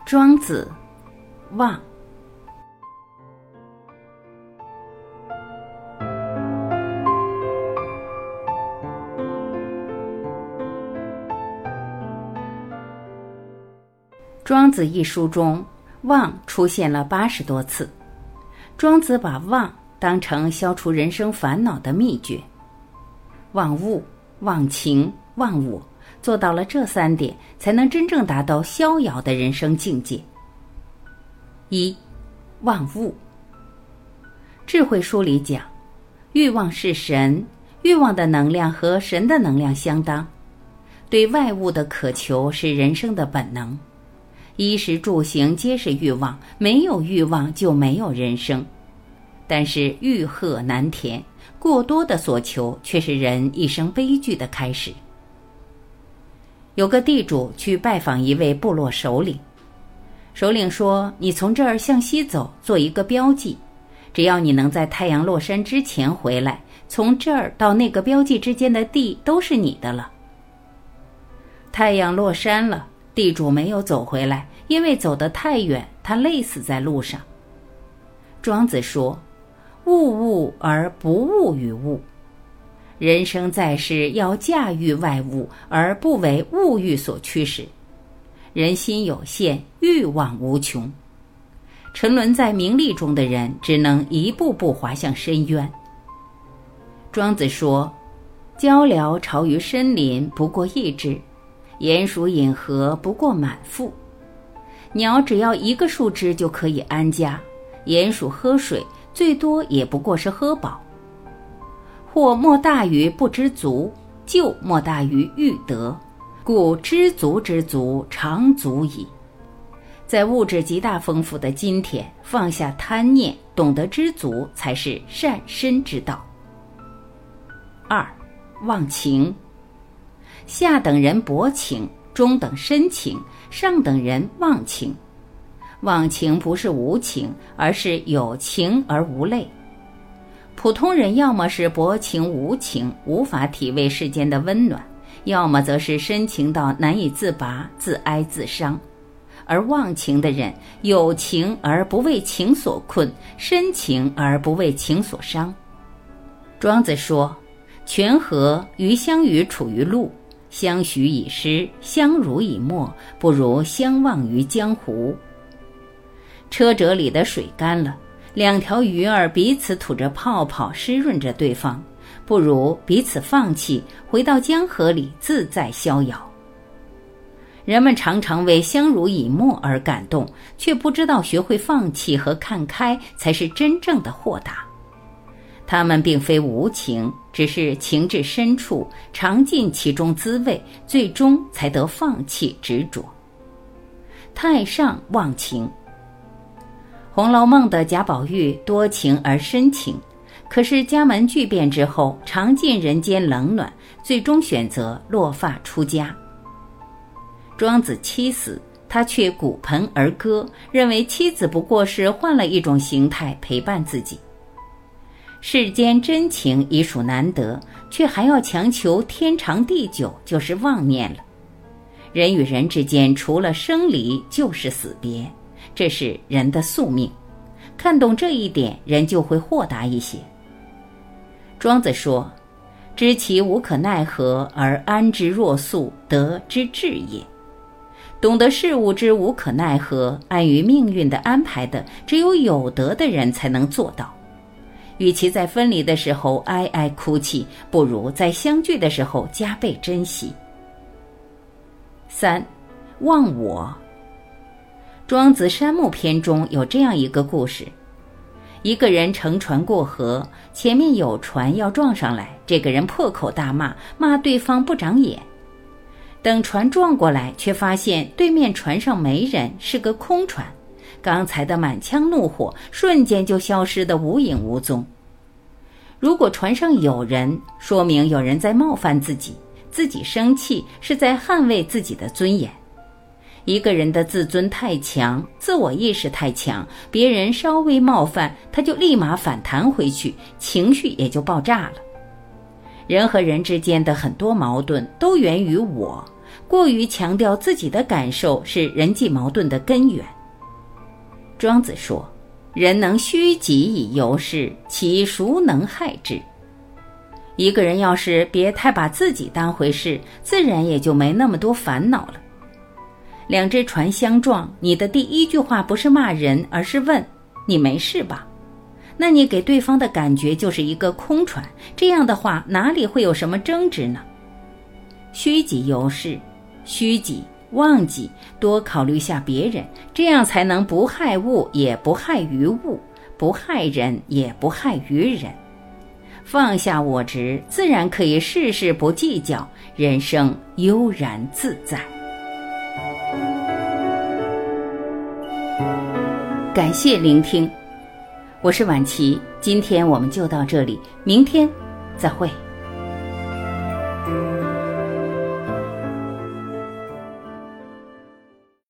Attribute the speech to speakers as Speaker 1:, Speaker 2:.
Speaker 1: 庄子，望。庄子一书中，望出现了80多次。庄子把望当成消除人生烦恼的秘诀。忘物、忘情、忘我，做到了这3点，才能真正达到逍遥的人生境界。1. 忘物。智慧书里讲，欲望是神，欲望的能量和神的能量相当。对外物的渴求是人生的本能。衣食住行皆是欲望，没有欲望就没有人生。但是欲壑难填，过多的所求却是人一生悲剧的开始。有个地主去拜访一位部落首领，首领说，你从这儿向西走，做一个标记，只要你能在太阳落山之前回来，从这儿到那个标记之间的地都是你的了。太阳落山了，地主没有走回来，因为走得太远，他累死在路上。庄子说，物物而不物于物。人生在世要驾驭外物，而不为物欲所驱使。人心有限，欲望无穷。沉沦在名利中的人，只能一步步滑向深渊。庄子说，鹪鹩巢于深林，不过1只；鼹鼠饮河，不过满腹。鸟只要1个树枝就可以安家，鼹鼠喝水最多也不过是喝饱。或莫大于不知足，就莫大于欲得，故知足之足，常足矣。在物质极大丰富的今天，放下贪念，懂得知足，才是善身之道。2. 忘情。下等人薄情，中等深情，上等人忘情。忘情不是无情，而是有情而无泪。普通人要么是薄情无情，无法体味世间的温暖，要么则是深情到难以自拔，自哀自伤。而忘情的人，有情而不为情所困，深情而不为情所伤。庄子说，泉河鱼相与处于陆，相许以诗，相濡以沫，不如相忘于江湖。车辙里的水干了，2条鱼儿彼此吐着泡泡，湿润着对方，不如彼此放弃，回到江河里自在逍遥。人们常常为相濡以沫而感动，却不知道学会放弃和看开才是真正的豁达。他们并非无情，只是情至深处，尝尽其中滋味，最终才得放弃执着。太上忘情。《红楼梦》的贾宝玉多情而深情，可是家门巨变之后，尝尽人间冷暖，最终选择落发出家。庄子妻死，他却鼓盆而歌，认为妻子不过是换了一种形态陪伴自己。世间真情已属难得，却还要强求天长地久，就是妄念了。人与人之间除了生离就是死别，这是人的宿命。看懂这一点，人就会豁达一些。庄子说，知其无可奈何而安之若素，得之至也。懂得事物之无可奈何，安于命运的安排的，只有有德的人才能做到。与其在分离的时候哀哀哭泣，不如在相聚的时候加倍珍惜。3. 忘我。庄子山木篇中有这样一个故事，一个人乘船过河，前面有船要撞上来，这个人破口大骂，骂对方不长眼。等船撞过来，却发现对面船上没人，是个空船，刚才的满腔怒火瞬间就消失得无影无踪。如果船上有人，说明有人在冒犯自己，自己生气是在捍卫自己的尊严。一个人的自尊太强，自我意识太强，别人稍微冒犯，他就立马反弹回去，情绪也就爆炸了。人和人之间的很多矛盾都源于我， 过于强调自己的感受是人际矛盾的根源。庄子说：人能虚己以游世，其孰能害之？一个人要是别太把自己当回事，自然也就没那么多烦恼了。两只船相撞，你的第一句话不是骂人，而是问你没事吧？那你给对方的感觉就是一个空船，这样的话哪里会有什么争执呢？虚己游世，虚己忘己，多考虑下别人，这样才能不害物也不害于物，不害人也不害于人。放下我执，自然可以事事不计较，人生悠然自在。感谢聆听，我是婉琪，今天我们就到这里，明天再会。